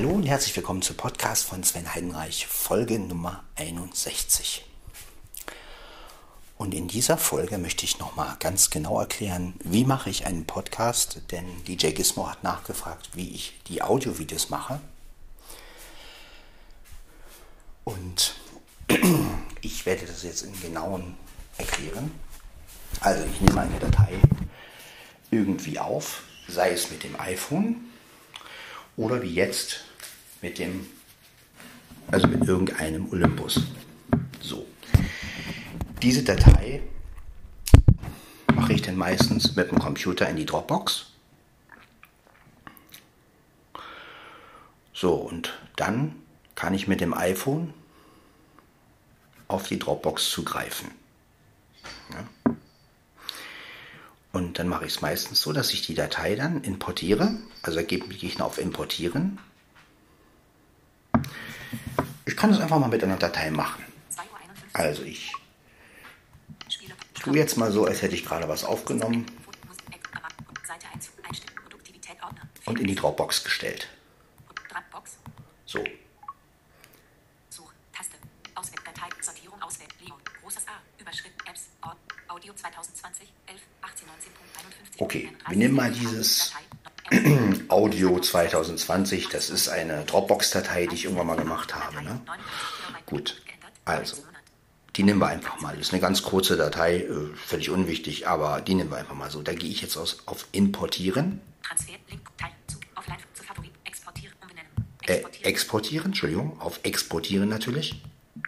Hallo und herzlich willkommen zum Podcast von Sven Heidenreich, Folge Nummer 61. Und in dieser Folge möchte ich nochmal ganz genau erklären, wie mache ich einen Podcast, denn DJ Gizmo hat nachgefragt, wie ich die Audiovideos mache. Und ich werde das jetzt im Genauen erklären. Also ich nehme eine Datei irgendwie auf, sei es mit dem iPhone oder wie jetzt mit irgendeinem Olympus. So. Diese Datei mache ich dann meistens mit dem Computer in die Dropbox. So, und dann kann ich mit dem iPhone auf die Dropbox zugreifen. Ja. Und dann mache ich es meistens so, dass ich die Datei dann importiere. Also da gehe ich auf Importieren. Ich kann das einfach mal mit einer Datei machen. Also ich tue jetzt mal so, als hätte ich gerade was aufgenommen und in die Dropbox gestellt. So. Suchtaste. Auswählen. Datei. Sortierung. Auswählen. Leon. Großes A. Überschrift. Apps. Ort. Audio 2020. 11. 18. 19.51. Okay. Wir nehmen mal dieses Audio 2020. Das ist eine Dropbox-Datei, die ich irgendwann mal gemacht habe. Ne? Gut. Also. Die nehmen wir einfach mal. Das ist eine ganz kurze Datei. Völlig unwichtig. Aber die nehmen wir einfach mal so. Da gehe ich jetzt auf Importieren. Transfer. Link. Teil. Zu. Offline. Zu Favorit. Exportieren. Umbenennen. Exportieren, Entschuldigung, auf Exportieren natürlich.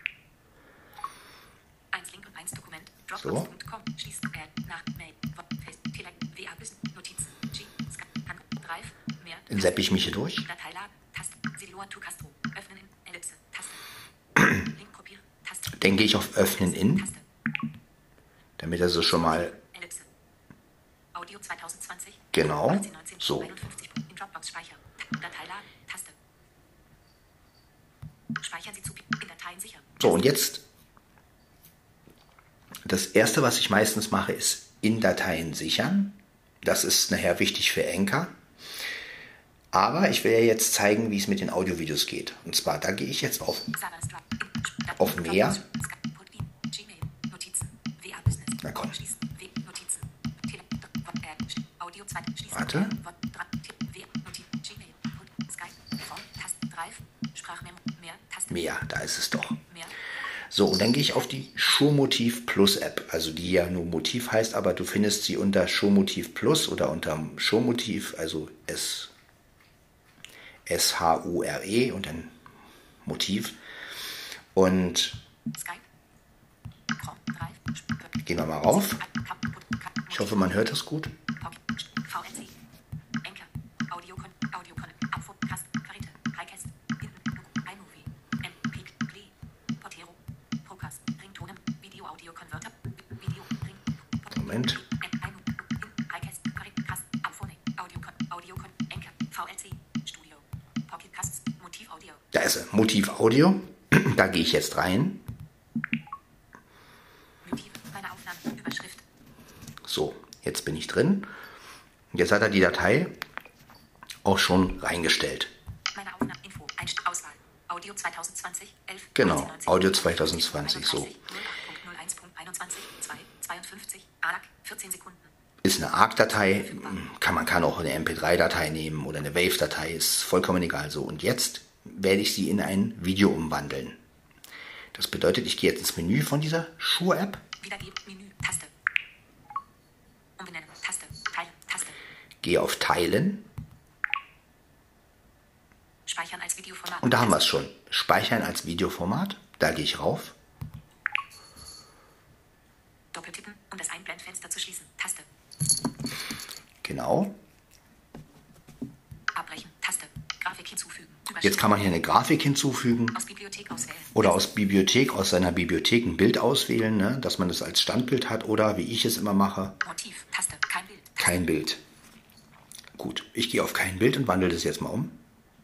1 Link und 1 Dokument. So. Dropbox.com. Schließen. Nach Mail. Face. Telegram. WA. Wissen. Notizen. G. Scan. Drive. Mehr. Dann zappe ich mich hier durch. Dateiladen. Taste. Silua to Castro. Öffnen in. Ellipse. Taste. Link kopieren. Taste. Dann gehe ich auf Öffnen in, Taste. damit er so schon mal, Ellipse. Audio 2020. genau, 18, 19, so. 51. In Dropbox Speicher. Dateiladen. Taste. Speichern Sie zu in Dateien sichern. So, und jetzt, das erste, was ich meistens mache, ist in Dateien sichern. Das ist nachher wichtig für Anchor. Aber ich will ja jetzt zeigen, wie es mit den Audiovideos geht. Und zwar, da gehe ich jetzt auf Mehr. Na komm. Warte. Mehr, da ist es doch. So, und dann gehe ich auf die Showmotiv Plus App, also die ja nur Motiv heißt, aber du findest sie unter Showmotiv Plus oder unter Showmotiv, also S-H-U-R-E und dann Motiv. Und gehen wir mal rauf. Ich hoffe, man hört das gut. Moment. Da ist er, Motiv Audio. Da gehe ich jetzt rein. So, jetzt bin ich drin. Und jetzt hat er die Datei auch schon reingestellt. Meine Aufnahme, Info, Auswahl, Audio 2020, 11, Genau, 19, 19, Audio 2020, so. 0.01.21.252, ARC, 14 Sekunden. Ist eine ARC-Datei, man kann auch eine MP3-Datei nehmen oder eine Wave-Datei, ist vollkommen egal so. Und jetzt werde ich sie in ein Video umwandeln. Das bedeutet, ich gehe jetzt ins Menü von dieser Shure-App. Wiedergeben, Menü, Taste. Umbenennen, Taste, Teilen, Taste. Gehe auf Teilen. Speichern als Videoformat. Und da haben wir es schon. Speichern als Videoformat. Da gehe ich rauf. Doppeltippen, um das Einblendfenster zu schließen. Taste. Genau. Abbrechen, Taste. Grafik hinzufügen. Jetzt kann man hier eine Grafik hinzufügen. Aus Bibliothek auswählen. Oder aus seiner Bibliothek ein Bild auswählen, ne? Dass man das als Standbild hat. Oder, wie ich es immer mache, Motiv, Taste, kein Bild. Taste. kein Bild. Gut, ich gehe auf kein Bild und wandle das jetzt mal um.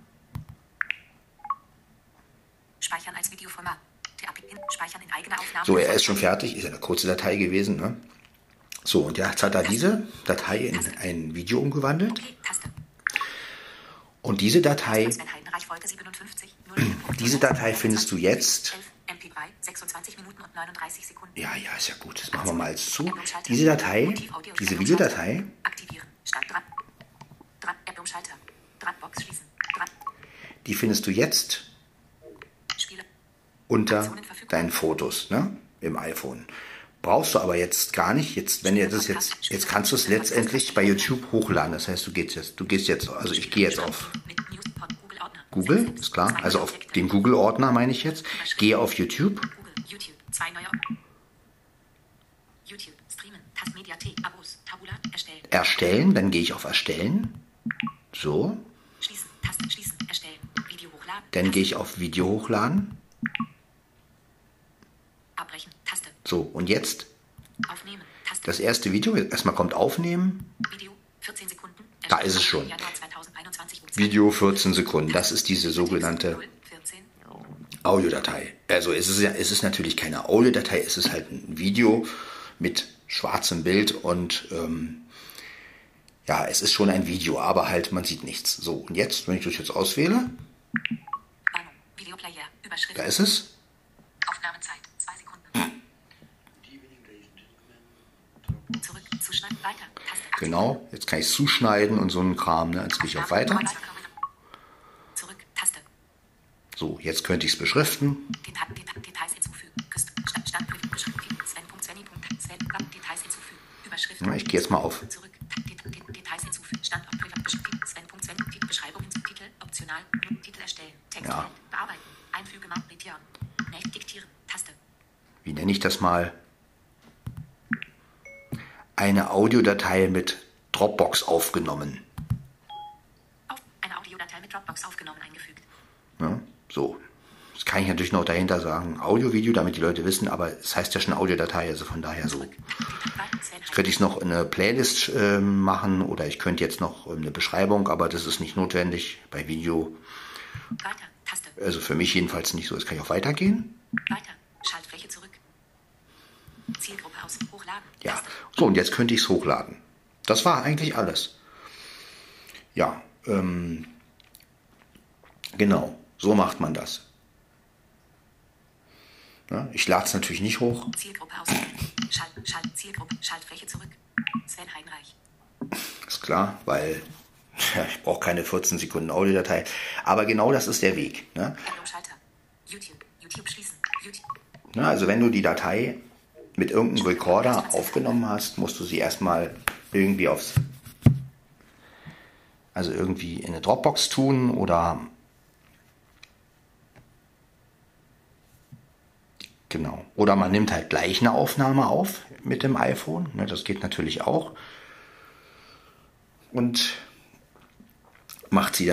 Speichern als Videoformat. Speichern in eigener Aufnahme. So, er ist schon fertig. Ist eine kurze Datei gewesen, ne? So, und jetzt hat er diese Datei in ein Video umgewandelt. Okay, Taste. Und diese Datei Heidenreich Folge 57. Diese Datei findest du jetzt. 11 MP3, 26 Minuten und 39 Sekunden. Ja, ist ja gut. Das machen wir mal als zu. Diese Datei, diese Videodatei. Aktivieren. Start dran. App-Umschalter. Dropbox schließen. Die findest du jetzt unter deinen Fotos, ne? Im iPhone. Brauchst du aber jetzt gar nicht. Jetzt kannst du es letztendlich bei YouTube hochladen. Das heißt, du gehst jetzt, also ich gehe jetzt auf Google, ist klar, also auf den Google-Ordner meine ich jetzt. Gehe auf YouTube. YouTube, 2 neue YouTube, streamen, Mediathek, Abos, Tabulat, erstellen. Erstellen, dann gehe ich auf Erstellen. So. Schließen, Taste, schließen, erstellen, Video hochladen. Dann gehe ich auf Video hochladen. Abbrechen, Taste. So, und jetzt Aufnehmen, Taste. das erste Video. Erstmal kommt Aufnehmen. Video, 14 Sekunden. Da ist es schon. Januar 2021, Video 14 Sekunden. Das ist diese sogenannte 14. Audiodatei. Also es ist natürlich keine Audiodatei, es ist halt ein Video mit schwarzem Bild und ja, es ist schon ein Video, aber halt man sieht nichts. So, und jetzt, wenn ich das jetzt auswähle, Warnung, Videoplayer, Überschrift. da ist es. Aufnahmezeit, 2 Sekunden. Zurück, zuschneiden, weiter, Taste. Genau, jetzt kann ich es zuschneiden und so einen Kram. Ne? Jetzt gehe ich auf Weiter. Zurück, Taste. So, jetzt könnte ich es beschriften. Details hinzufügen. Standbild, beschriften. Sven.Svenny. Details hinzufügen. Überschrift. Ja, ich gehe jetzt mal auf. Zurück. Details hinzufügen. Standort, beschriften. Sven.Svenny. Beschreibung, Titel, optional. Titel erstellen. Text, Ja. bearbeiten. Einfüge, markieren. Diktieren. Taste. Wie nenne ich das mal? Eine Audiodatei mit Dropbox aufgenommen. Eine Audiodatei mit Dropbox aufgenommen, eingefügt. Ja, so. Das kann ich natürlich noch dahinter sagen. Audio-Video, damit die Leute wissen, aber es heißt ja schon Audiodatei, also von daher so. Jetzt könnte ich es noch in eine Playlist machen oder ich könnte jetzt noch eine Beschreibung, aber das ist nicht notwendig bei Video. Weiter. Taste. Also für mich jedenfalls nicht so. Jetzt kann ich auch weitergehen. Weiter. Schaltfläche zurück. Zielgruppe aus. Hochladen. Ja, Taste. so und jetzt könnte ich es hochladen. Das war eigentlich alles. Ja, genau, so macht man das. Ja, ich lade es natürlich nicht hoch. Zielgruppe aus. Zielgruppe. Schaltfläche zurück. Sven Heidenreich. Ist klar, weil ja, ich brauche keine 14 Sekunden Audiodatei. Aber genau das ist der Weg. Ne? Schalter. YouTube schließen. YouTube. Na, also wenn du die Datei mit irgendeinem Recorder aufgenommen hast, musst du sie erstmal irgendwie irgendwie in eine Dropbox tun oder genau. Oder man nimmt halt gleich eine Aufnahme auf mit dem iPhone. Ne, das geht natürlich auch. Und macht sie dann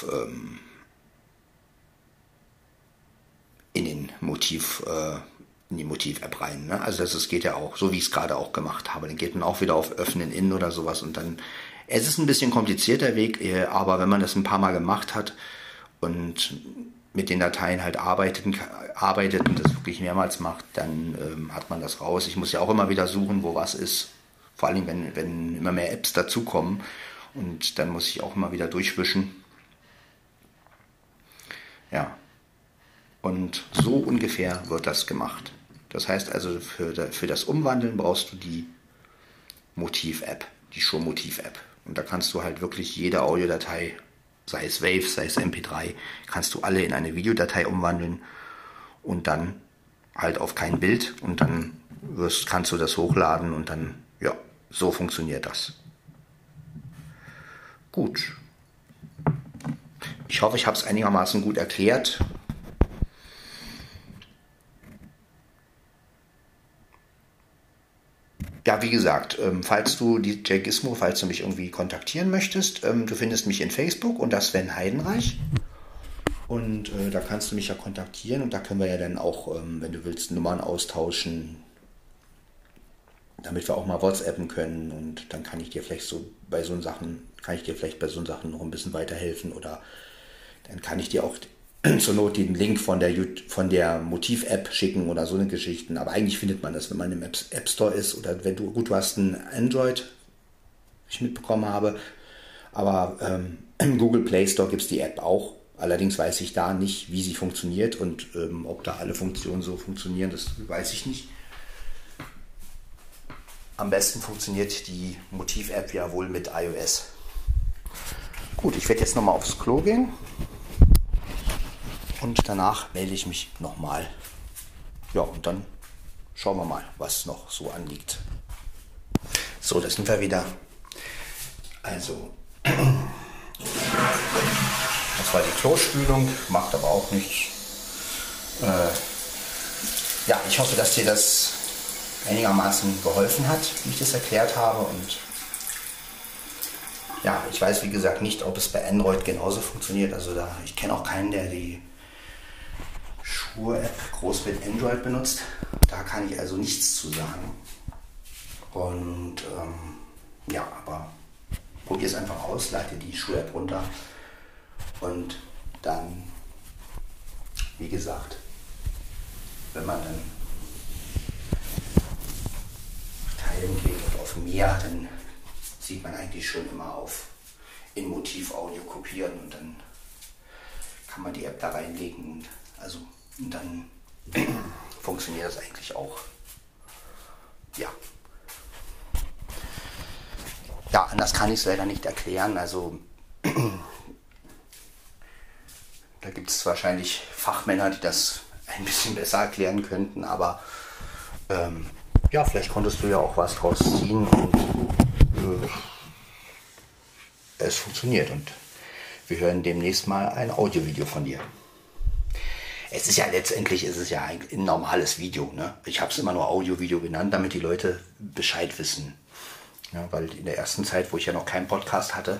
in die Motiv-App rein. Ne? Also das geht ja auch, so wie ich es gerade auch gemacht habe. Dann geht man auch wieder auf Öffnen in oder sowas und dann, es ist ein bisschen komplizierter Weg, aber wenn man das ein paar Mal gemacht hat und mit den Dateien halt arbeitet und das wirklich mehrmals macht, dann hat man das raus. Ich muss ja auch immer wieder suchen, wo was ist. Vor allem, wenn immer mehr Apps dazukommen und dann muss ich auch immer wieder durchwischen. Ja. Und so ungefähr wird das gemacht. Das heißt also, für das Umwandeln brauchst du die Motiv-App, die Show-Motiv-App. Und da kannst du halt wirklich jede Audiodatei, sei es Wave, sei es MP3, kannst du alle in eine Videodatei umwandeln und dann halt auf kein Bild und dann kannst du das hochladen und dann, ja, so funktioniert das. Gut. Ich hoffe, ich habe es einigermaßen gut erklärt. Ja, wie gesagt, falls du falls du mich irgendwie kontaktieren möchtest, du findest mich in Facebook unter Sven Heidenreich und da kannst du mich ja kontaktieren und da können wir ja dann auch, wenn du willst, Nummern austauschen, damit wir auch mal WhatsAppen können und dann kann ich dir vielleicht bei so Sachen noch ein bisschen weiterhelfen oder dann kann ich dir auch zur Not den Link von der Motiv-App schicken oder so eine Geschichten. Aber eigentlich findet man das, wenn man im App Store ist oder wenn du hast ein Android, ich mitbekommen habe, aber im Google Play Store gibt es die App auch. Allerdings weiß ich da nicht, wie sie funktioniert und ob da alle Funktionen so funktionieren, das weiß ich nicht. Am besten funktioniert die Motiv-App ja wohl mit iOS. Gut, ich werde jetzt nochmal aufs Klo gehen und danach melde ich mich nochmal. Ja, und dann schauen wir mal, was noch so anliegt. So, da sind wir wieder. Also, das war die Klospülung, macht aber auch nichts. Ja, ich hoffe, dass dir das einigermaßen geholfen hat, wie ich das erklärt habe. Und ja, ich weiß wie gesagt nicht, ob es bei Android genauso funktioniert. Also ich kenne auch keinen, der die Shure-App groß mit Android benutzt. Da kann ich also nichts zu sagen. Und ja, aber probier es einfach aus, leite die Shure-App runter und dann, wie gesagt, wenn man dann Teilen klickt auf mehr, dann sieht man eigentlich schon immer auf in Motiv-Audio kopieren und dann kann man die App da reinlegen und dann funktioniert das eigentlich auch. Ja. Ja, anders kann ich es leider nicht erklären. Also da gibt es wahrscheinlich Fachmänner, die das ein bisschen besser erklären könnten, aber ja, vielleicht konntest du ja auch was draus ziehen und es funktioniert und wir hören demnächst mal ein Audiovideo von dir. Es ist ja letztendlich ein normales Video, ne? Ich habe es immer nur Audiovideo genannt, damit die Leute Bescheid wissen. Ja, weil in der ersten Zeit, wo ich ja noch keinen Podcast hatte,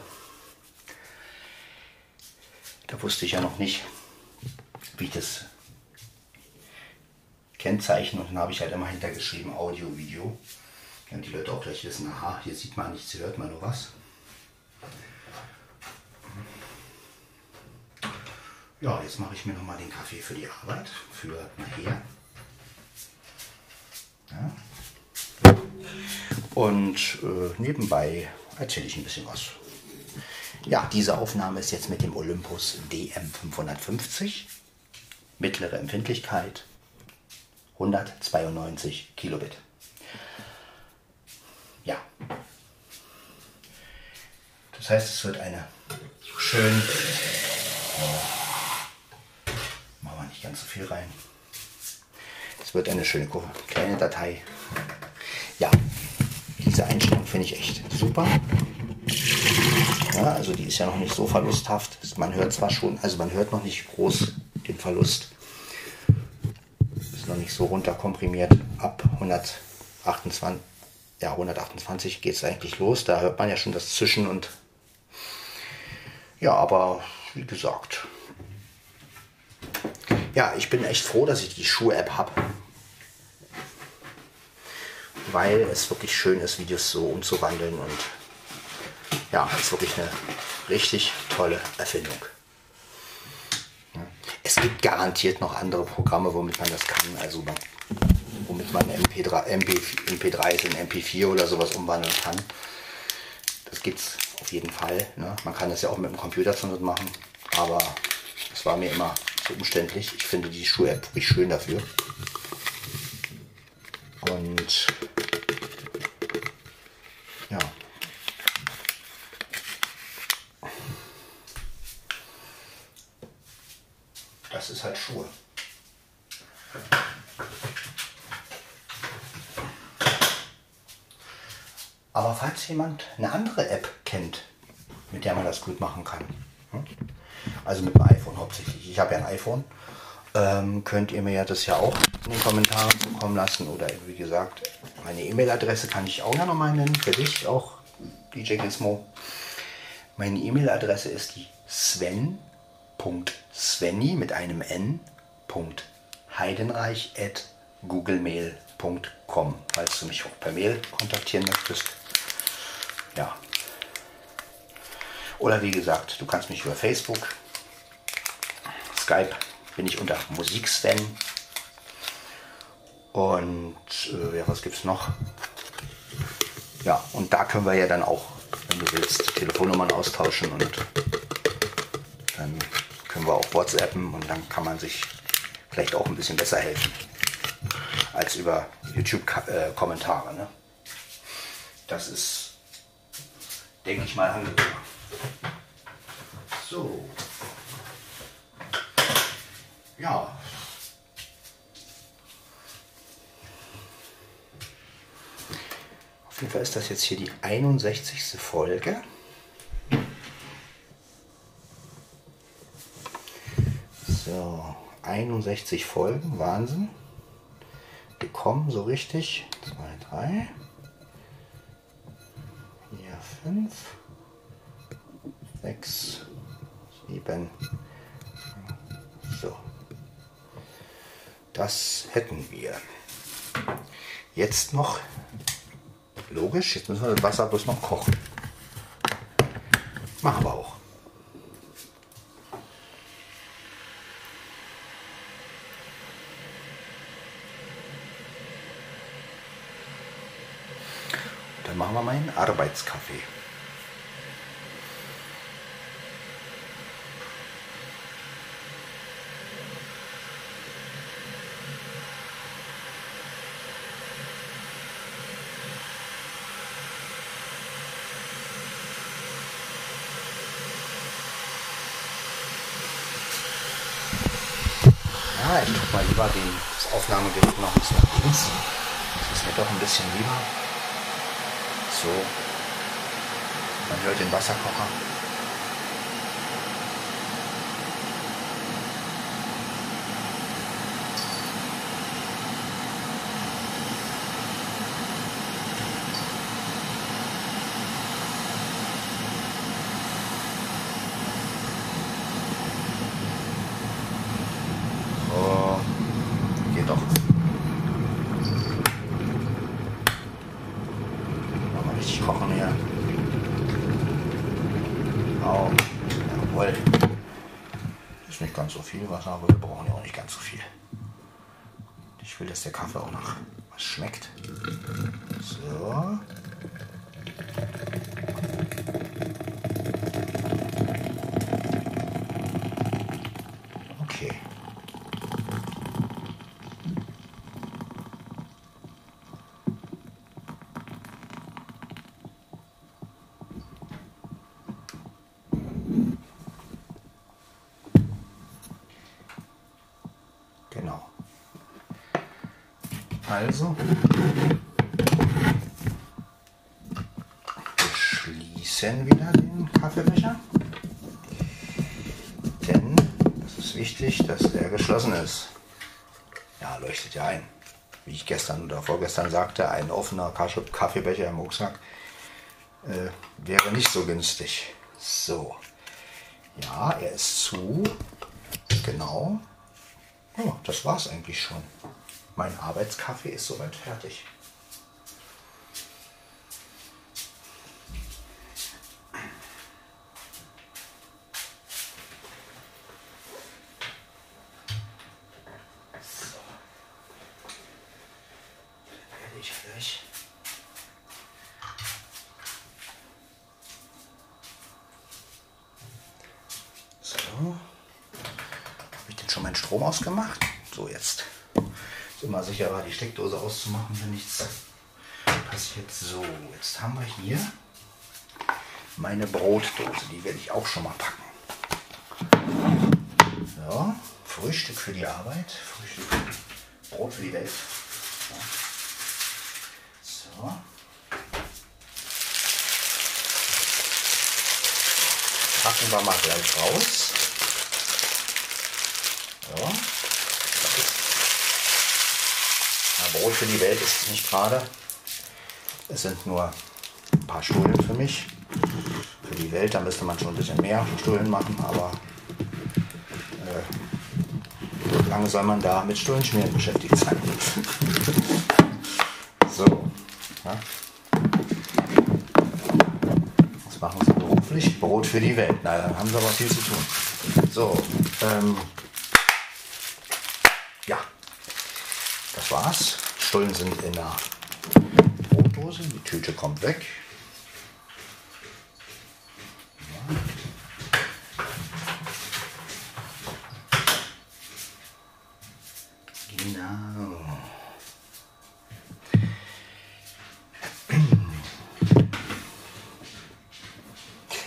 da wusste ich ja noch nicht, wie ich das kennzeichne. Und dann habe ich halt immer hintergeschrieben Audio, Video. Damit die Leute auch gleich wissen, aha, hier sieht man nichts, hier hört man nur was. Ja, jetzt mache ich mir nochmal den Kaffee für die Arbeit, für nachher. Ja. Und nebenbei erzähle ich ein bisschen was. Ja, diese Aufnahme ist jetzt mit dem Olympus DM550. Mittlere Empfindlichkeit 192 Kilobit. Ja. Das heißt, es wird eine schön... machen wir nicht ganz so viel rein. Es wird eine schöne kleine Datei. Ja, diese Einstellung finde ich echt super. Ja, also die ist ja noch nicht so verlusthaft. Man hört zwar schon, also man hört noch nicht groß den Verlust. Ist noch nicht so runterkomprimiert. Ab 128 geht es eigentlich los. Da hört man ja schon das Zischen und ja, aber wie gesagt. Ja, ich bin echt froh, dass ich die Shure-App habe. Weil es wirklich schön ist, Videos so umzuwandeln und ja, ist wirklich eine richtig tolle Erfindung. Es gibt garantiert noch andere Programme, womit man das kann, also womit man MP3s in MP4 oder sowas umwandeln kann. Das gibt es auf jeden Fall. Ne? Man kann das ja auch mit dem Computer zur Not machen, aber das war mir immer so umständlich. Ich finde die Shure-App wirklich schön dafür. Und ja. Das ist halt Shure. Aber falls jemand eine andere App kennt, mit der man das gut machen kann, also mit dem iPhone hauptsächlich, ich habe ja ein iPhone, könnt ihr mir ja das ja auch in den Kommentaren zukommen lassen oder wie gesagt, meine E-Mail-Adresse kann ich auch ja nochmal nennen, für dich auch, DJ Gizmo. Meine E-Mail-Adresse ist die sven.svenny mit einem N. heidenreich@googlemail.com, falls du mich auch per Mail kontaktieren möchtest. Ja. Oder wie gesagt, du kannst mich über Facebook, Skype bin ich unter Musiksven. Und ja, was gibt's noch? Ja, und da können wir ja dann auch, wenn du willst, Telefonnummern austauschen und dann können wir auch WhatsAppen und dann kann man sich vielleicht auch ein bisschen besser helfen als über YouTube-Kommentare. Ne? Das ist, denke ich mal, angekommen. So. Ja. Auf jeden Fall ist das jetzt hier die 61. Folge. So, 61 Folgen, Wahnsinn. Wir kommen so richtig. 2, 3, 4, 5, 6, 7. So. Das hätten wir. Jetzt noch, logisch, jetzt müssen wir das Wasser bloß noch kochen. Machen wir auch. Dann machen wir meinen Arbeitskaffee. Ja, ich tue mal lieber das Aufnahmegerät noch ein bisschen nach links. Das ist mir doch ein bisschen lieber. So, man hört den Wasserkocher. Oh, geht doch. Mal richtig kochen hier. Oh, jawohl. Ist nicht ganz so viel Wasser, aber wir brauchen ja auch nicht ganz so viel. Ich will, dass der Kaffee auch noch was schmeckt. So. Okay. Genau. Also, wir schließen wieder den Kaffeebecher, denn es ist wichtig, dass der geschlossen ist. Ja, leuchtet ja ein. Wie ich gestern oder vorgestern sagte, ein offener Kaffeebecher im Rucksack wäre nicht so günstig. So, ja, er ist zu. Genau. Oh, das war's eigentlich schon. Mein Arbeitskaffee ist soweit fertig. So. Dann werde ich gleich so. Habe ich denn schon meinen Strom ausgemacht? So, jetzt. Ist immer sicherer, die Steckdose auszumachen, wenn nichts passiert. So, jetzt haben wir hier meine Brotdose. Die werde ich auch schon mal packen. So, Frühstück für die Arbeit. Frühstück, Brot für die Welt. So. Packen wir mal gleich raus. So. Brot für die Welt ist es nicht gerade. Es sind nur ein paar Stullen für mich. Für die Welt, da müsste man schon ein bisschen mehr Stullen machen, aber lange soll man da mit Stullenschmieren beschäftigt sein. So. Ja. Was machen Sie beruflich? Brot für die Welt. Na, dann haben Sie aber viel zu tun. So. Ja. Das war's. Stullen sind in der Brotdose. Die Tüte kommt weg. Ja.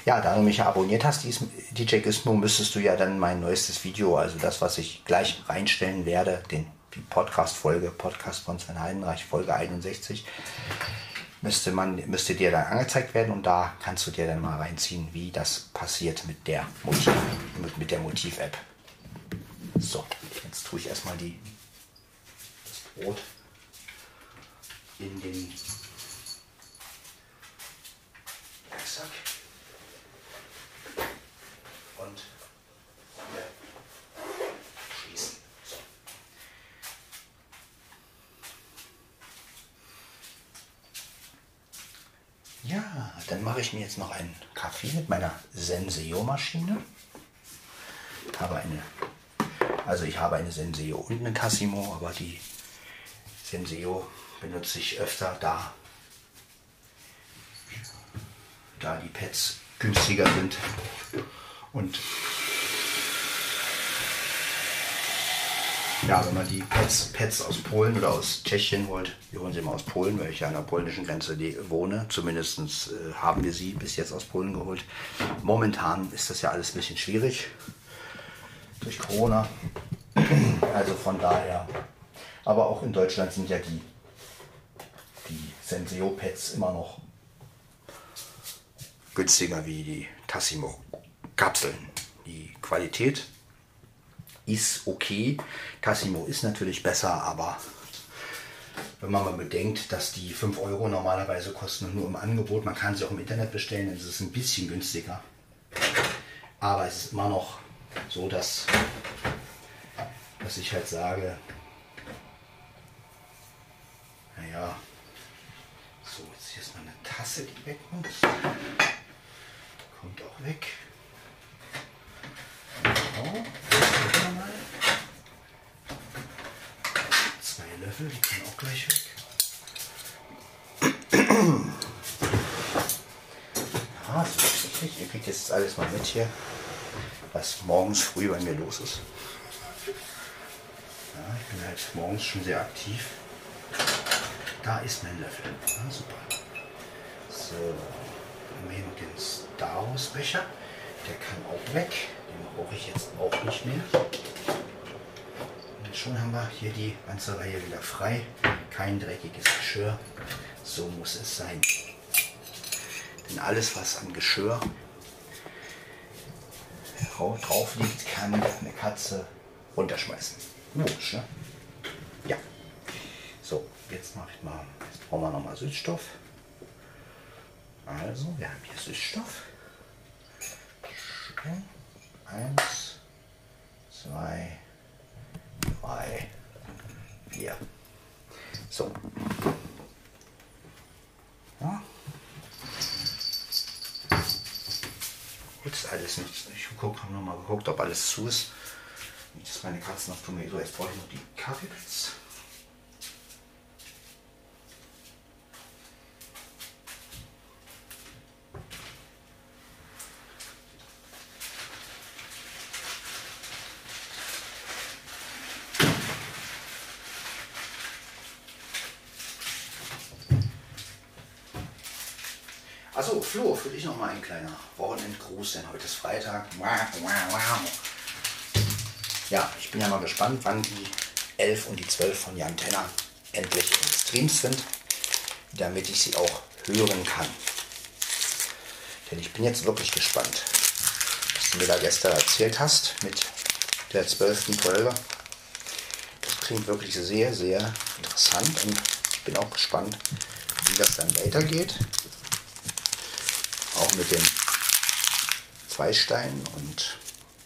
Ja, da du mich ja abonniert hast, DJ Gizmo, müsstest du ja dann mein neuestes Video, also das, was ich gleich reinstellen werde, die Podcast-Folge, Podcast von Sven Heidenreich, Folge 61, müsste dir dann angezeigt werden und da kannst du dir dann mal reinziehen, wie das passiert mit der Motiv-App. So, jetzt tue ich erstmal das Brot in den Werksack und schließen. So. Ja, dann mache ich mir jetzt noch einen Kaffee mit meiner Senseo-Maschine. Ich habe eine Senseo und eine Tassimo, aber die Senseo benutze ich öfter, da die Pads günstiger sind. Und ja, wenn man die Pads aus Polen oder aus Tschechien holt, wir holen sie immer aus Polen, weil ich ja an der polnischen Grenze wohne. Zumindest haben wir sie bis jetzt aus Polen geholt. Momentan ist das ja alles ein bisschen schwierig durch Corona. Also von daher. Aber auch in Deutschland sind ja die Senseo-Pads immer noch günstiger wie die Tassimo-Kapseln. Die Qualität ist okay. Tassimo ist natürlich besser, aber wenn man mal bedenkt, dass die 5 Euro normalerweise kosten und nur im Angebot, man kann sie auch im Internet bestellen, dann ist es ein bisschen günstiger. Aber es ist immer noch so, dass ich halt sage, naja, so, jetzt hier ist noch eine Tasse, die weg muss. Kommt auch weg. Genau. 2 Löffel, die können auch gleich weg. Ja, so ist richtig. Ihr kriegt jetzt alles mal mit hier, was morgens früh bei mir los ist. Ja, ich bin halt morgens schon sehr aktiv. Da ist mein Löffel. Ja, super. So, haben wir hier noch den Star Wars Becher. Der kann auch weg. Den brauche ich jetzt auch nicht mehr. Und schon haben wir hier die ganze Reihe wieder frei. Kein dreckiges Geschirr. So muss es sein. Denn alles, was an Geschirr drauf liegt, kann eine Katze runterschmeißen. Logisch, ne? Ja. So, jetzt brauchen wir nochmal Süßstoff. Also, wir haben hier Süßstoff. 1, 2, 3, 4. So. Ja. Gut, ist alles nicht. Ich habe nochmal geguckt, ob alles zu ist. Nicht, dass meine Katzen noch tun. So, jetzt brauche ich noch die Kaffeepads. Achso, Flo, für dich noch mal ein kleiner Wochenendgruß, denn heute ist Freitag. Ja, ich bin ja mal gespannt, wann die 11 und die 12 von Jan Tenner endlich in Streams sind, damit ich sie auch hören kann. Denn ich bin jetzt wirklich gespannt, was du mir da gestern erzählt hast mit der 12. Folge. Das klingt wirklich sehr, sehr interessant und ich bin auch gespannt, wie das dann weitergeht. Auch mit den Zweisteinen und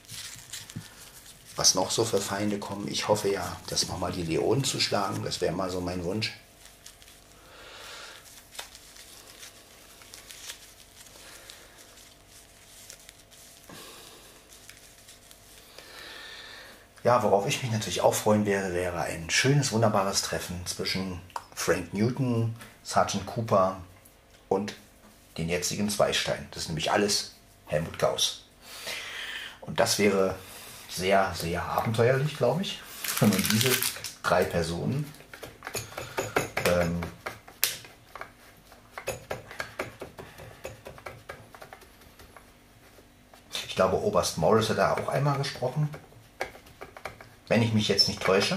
was noch so für Feinde kommen. Ich hoffe ja, dass nochmal die Leonen zu schlagen. Das wäre mal so mein Wunsch. Ja, worauf ich mich natürlich auch freuen wäre ein schönes, wunderbares Treffen zwischen Frank Newton, Sergeant Cooper und den jetzigen Zweistein. Das ist nämlich alles Helmut Gauss. Und das wäre sehr, sehr abenteuerlich, glaube ich, wenn man diese 3 Personen Ich glaube, Oberst Morris hat da auch einmal gesprochen. Wenn ich mich jetzt nicht täusche.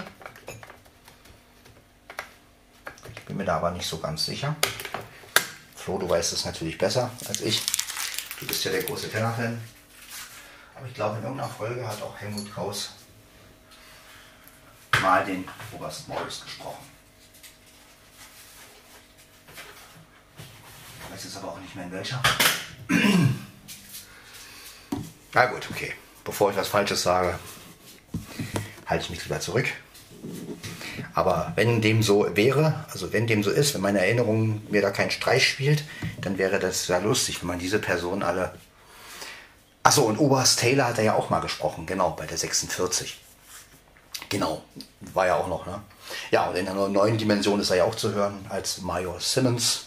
Ich bin mir da aber nicht so ganz sicher. Flo, du weißt es natürlich besser als ich. Du bist ja der große Kenner-Fan. Aber ich glaube, in irgendeiner Folge hat auch Helmut Krauss mal den Oberst Morris gesprochen. Ich weiß jetzt aber auch nicht mehr in welcher. Na gut, okay. Bevor ich was Falsches sage, halte ich mich lieber zurück. Aber wenn dem so wäre, also wenn dem so ist, wenn meine Erinnerung mir da keinen Streich spielt, dann wäre das ja lustig, wenn man diese Personen alle... Achso, und Oberst Taylor hat er ja auch mal gesprochen, genau, bei der 46. Genau, war ja auch noch, ne? Ja, und in einer neuen Dimension ist er ja auch zu hören, als Major Simmons.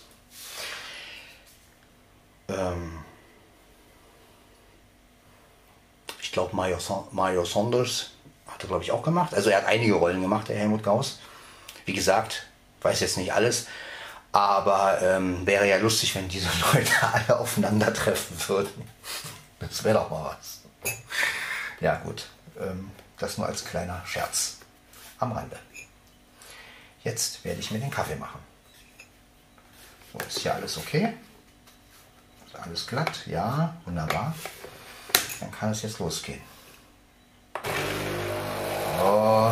Ich glaube, Major Saunders hat er, glaube ich, auch gemacht. Also er hat einige Rollen gemacht, der Helmut Gauss. Wie gesagt, weiß jetzt nicht alles, aber wäre ja lustig, wenn diese Leute alle aufeinandertreffen würden. Das wäre doch mal was. Ja gut, das nur als kleiner Scherz am Rande. Jetzt werde ich mir den Kaffee machen. So, ist hier alles okay? Ist alles glatt? Ja, wunderbar. Dann kann es jetzt losgehen. So.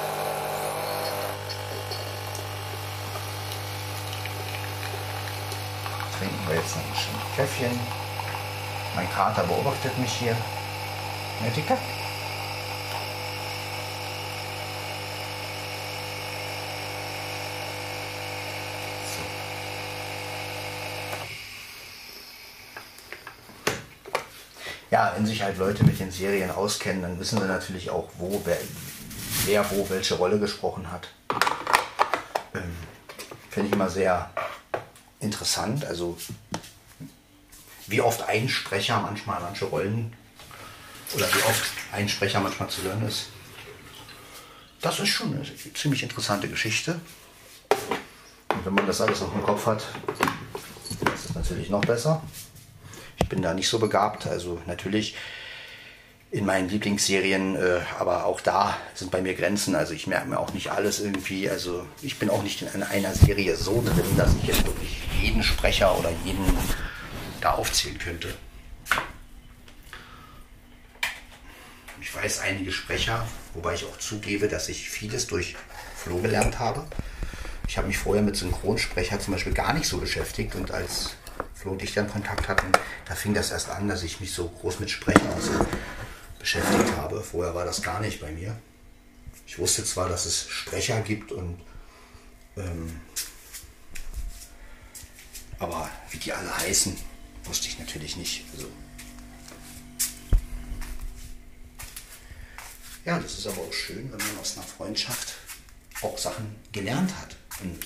Trinken wir jetzt noch ein schönes Käffchen. Mein Kater beobachtet mich hier. Ne, Dicker? So. Ja, wenn sich halt Leute mit den Serien auskennen, dann wissen sie natürlich auch, wer wo welche Rolle gesprochen hat. Finde ich immer sehr interessant. Also wie oft ein Sprecher manchmal manche Rollen oder wie oft ein Sprecher manchmal zu hören ist. Das ist schon eine ziemlich interessante Geschichte. Und wenn man das alles noch im Kopf hat, ist es natürlich noch besser. Ich bin da nicht so begabt, also natürlich in meinen Lieblingsserien, aber auch da sind bei mir Grenzen. Also ich merke mir auch nicht alles irgendwie. Also ich bin auch nicht in einer Serie so drin, dass ich jetzt wirklich jeden Sprecher oder jeden da aufzählen könnte. Ich weiß einige Sprecher, wobei ich auch zugebe, dass ich vieles durch Flo gelernt habe. Ich habe mich vorher mit Synchronsprecher zum Beispiel gar nicht so beschäftigt und als Flo und ich dann Kontakt hatten, da fing das erst an, dass ich mich so groß mit Sprechen beschäftigt habe. Vorher war das gar nicht bei mir. Ich wusste zwar, dass es Sprecher gibt und aber wie die alle heißen, wusste ich natürlich nicht. Also, ja, das ist aber auch schön, wenn man aus einer Freundschaft auch Sachen gelernt hat. Und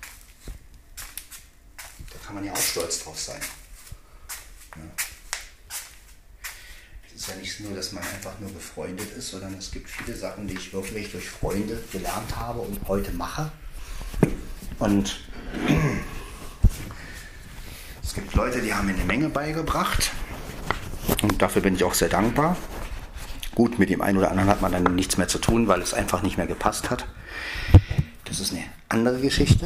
da kann man ja auch stolz drauf sein. Ja. Es ist ja nicht nur, dass man einfach nur befreundet ist, sondern es gibt viele Sachen, die ich wirklich durch Freunde gelernt habe und heute mache. Und es gibt Leute, die haben mir eine Menge beigebracht und dafür bin ich auch sehr dankbar. Gut, mit dem einen oder anderen hat man dann nichts mehr zu tun, weil es einfach nicht mehr gepasst hat. Das ist eine andere Geschichte.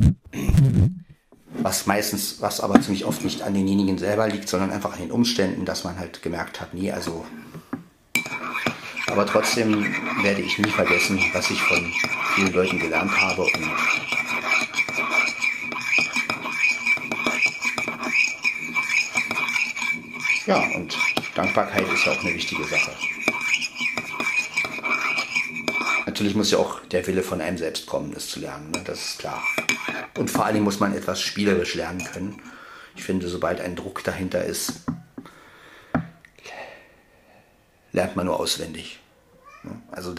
Was aber ziemlich oft nicht an denjenigen selber liegt, sondern einfach an den Umständen, dass man halt gemerkt hat, nee, also. Aber trotzdem werde ich nie vergessen, was ich von vielen Leuten gelernt habe und ja, und Dankbarkeit ist ja auch eine wichtige Sache. Natürlich muss ja auch der Wille von einem selbst kommen, das zu lernen, ne? Das ist klar. Und vor allen Dingen muss man etwas spielerisch lernen können. Ich finde, sobald ein Druck dahinter ist, lernt man nur auswendig. Also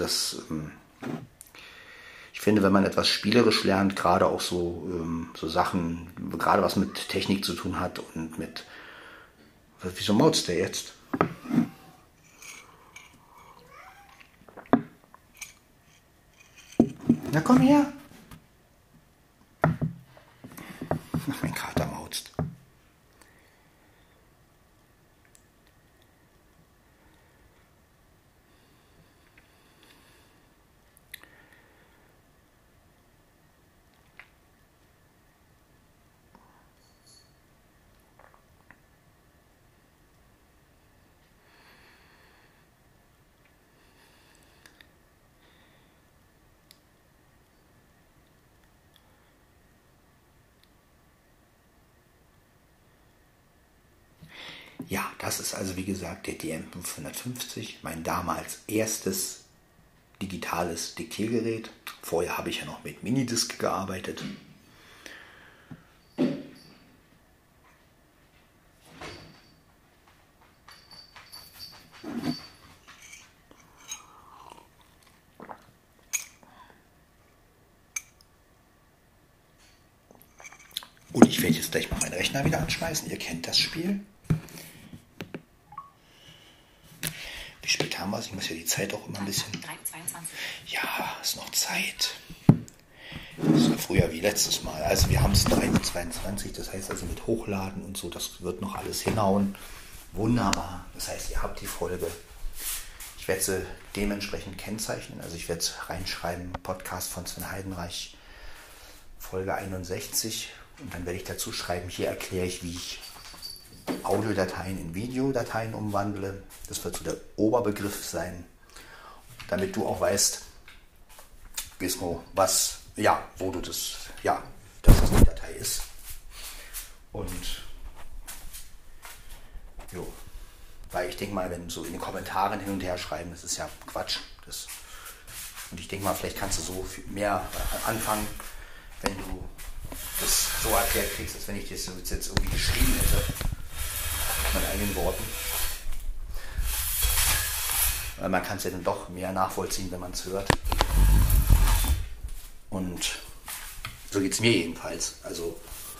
ich finde, wenn man etwas spielerisch lernt, gerade auch so Sachen, gerade was mit Technik zu tun hat und mit... Wieso mautzt der jetzt? Na komm her. Mein Kater mautzt. Das ist also wie gesagt der DM550, mein damals erstes digitales Diktiergerät. Vorher habe ich ja noch mit Minidisc gearbeitet. Und ich werde jetzt gleich mal meinen Rechner wieder anschmeißen. Ihr kennt das Spiel. Wie spät haben wir es? Ich muss ja die Zeit auch immer ein bisschen... Ja, ist noch Zeit. Das war früher wie letztes Mal. Also wir haben es 3:22, das heißt also mit Hochladen und so, das wird noch alles hinhauen. Wunderbar. Das heißt, ihr habt die Folge. Ich werde sie dementsprechend kennzeichnen. Also ich werde reinschreiben, Podcast von Sven Heidenreich, Folge 61. Und dann werde ich dazu schreiben, hier erkläre ich, wie ich Audiodateien in Videodateien umwandle. Das wird so der Oberbegriff sein, damit du auch weißt, was, ja, wo du das, ja, dass das die Datei ist. Und jo, weil ich denke mal, wenn so in den Kommentaren hin und her schreiben, das ist ja Quatsch. Und ich denke mal, vielleicht kannst du so viel mehr anfangen, wenn du das so erklärt kriegst, als wenn ich das jetzt irgendwie geschrieben hätte, mit meinen eigenen Worten. Weil man kann es ja dann doch mehr nachvollziehen, wenn man es hört. Und so geht es mir jedenfalls. Also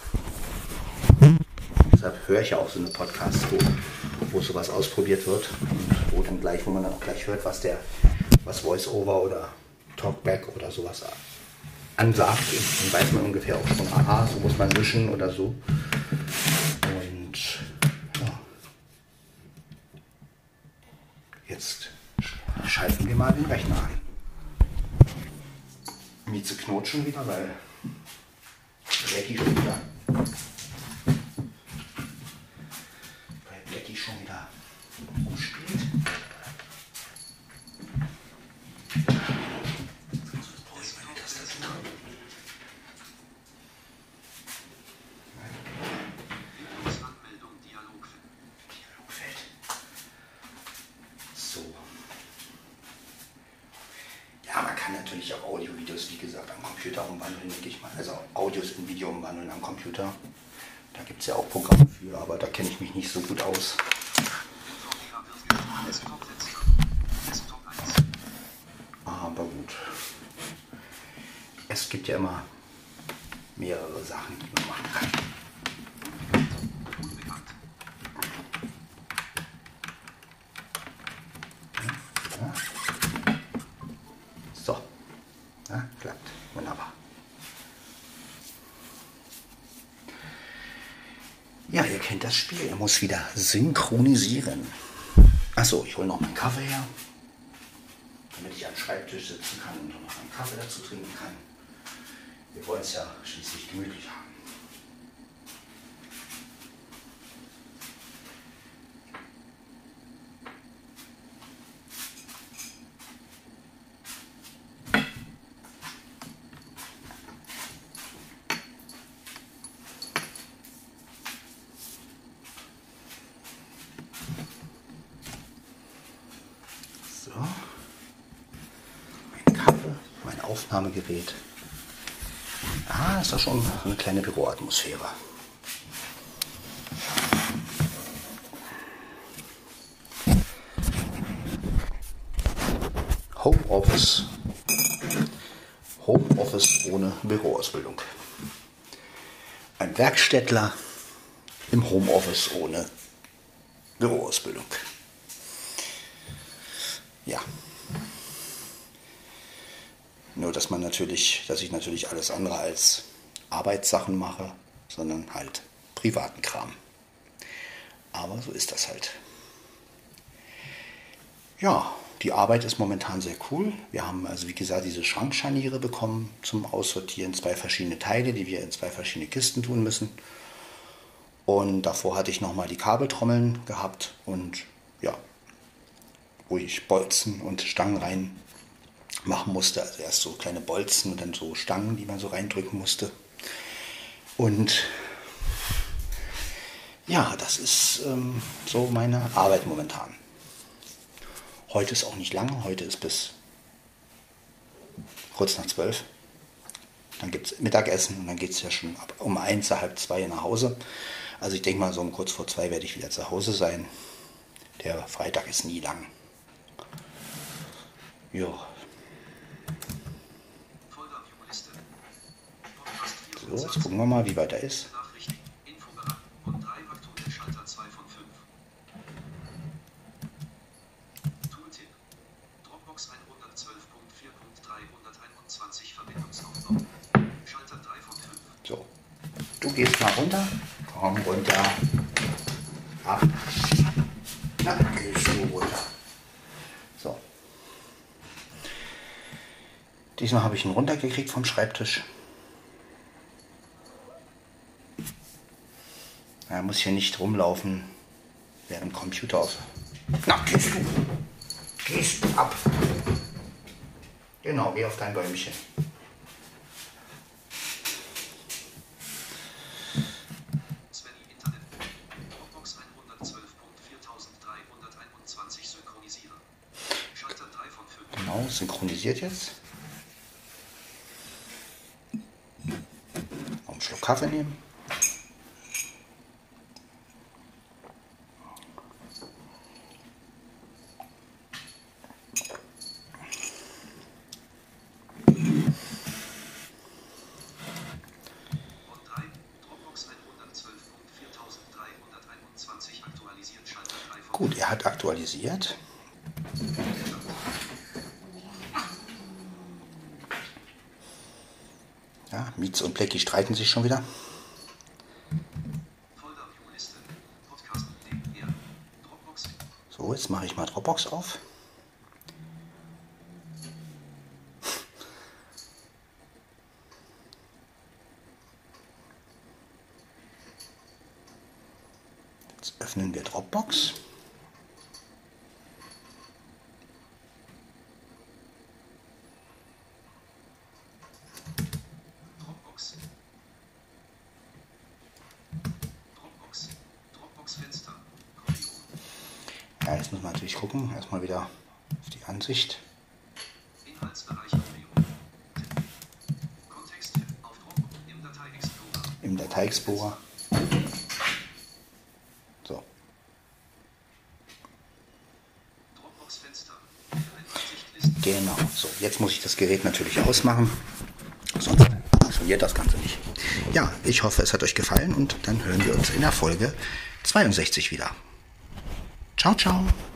deshalb höre ich ja auch so eine Podcast, wo sowas ausprobiert wird und wo man dann auch gleich hört, was Voice-Over oder Talkback oder sowas ansagt. Dann weiß man ungefähr auch schon, aha, so muss man wischen oder so. Und ja. Jetzt schalten wir mal den Rechner an. Mieze knurrt schon wieder, weil Blackie schon wieder umspielt. Natürlich auch Audio-Videos, wie gesagt, am Computer umwandeln, denke ich mal. Also Audios in Video umwandeln am Computer. Da gibt es ja auch Programme für, aber da kenne ich mich nicht so gut aus. Aber gut. Es gibt ja immer mehrere Sachen, die man machen kann. Ja, klappt. Wunderbar. Ja, ihr kennt das Spiel. Er muss wieder synchronisieren. Achso, ich hole noch meinen Kaffee her, damit ich am Schreibtisch sitzen kann und noch einen Kaffee dazu trinken kann. Wir wollen es ja schließlich gemütlich haben. Aufnahmegerät. Ah, ist doch schon eine kleine Büroatmosphäre. Homeoffice. Homeoffice ohne Büroausbildung. Ein Werkstättler im Homeoffice ohne Büroausbildung. Ja. Nur, dass ich natürlich alles andere als Arbeitssachen mache, sondern halt privaten Kram. Aber so ist das halt. Ja, die Arbeit ist momentan sehr cool. Wir haben also, wie gesagt, diese Schrankscharniere bekommen zum Aussortieren. 2 verschiedene Teile, die wir in 2 verschiedene Kisten tun müssen. Und davor hatte ich nochmal die Kabeltrommeln gehabt und ja, wo ich Bolzen und Stangen rein machen musste. Also erst so kleine Bolzen und dann so Stangen, die man so reindrücken musste. Und Ja, das ist so meine Arbeit momentan. Heute ist auch nicht lang, heute ist bis kurz nach 12. Dann gibt es Mittagessen und dann geht es ja schon um 1, halb 2 nach Hause. Also ich denke mal, so um kurz vor 2 werde ich wieder zu Hause sein. Der Freitag ist nie lang. Jo. So, jetzt gucken wir mal, wie weit er ist. So, du gehst mal runter. Komm runter. Ab. Na, gehst du runter. So. Diesmal habe ich ihn runtergekriegt vom Schreibtisch. Er muss hier nicht rumlaufen, während Computer auf. Na, gehst du. Gehst ab. Genau, geh auf dein Bäumchen. Genau, synchronisiert jetzt. Noch einen Schluck Kaffee nehmen. Gut, er hat aktualisiert. Ja, Mietz und Plecki streiten sich schon wieder. So, jetzt mache ich mal Dropbox auf. Jetzt öffnen wir Dropbox. Ja, jetzt muss man natürlich gucken. Erstmal wieder auf die Ansicht. Im Datei-Explorer. So. Genau. So, jetzt muss ich das Gerät natürlich ausmachen. Sonst funktioniert das Ganze nicht. Ja, ich hoffe, es hat euch gefallen und dann hören wir uns in der Folge 62 wieder. Ciao, ciao.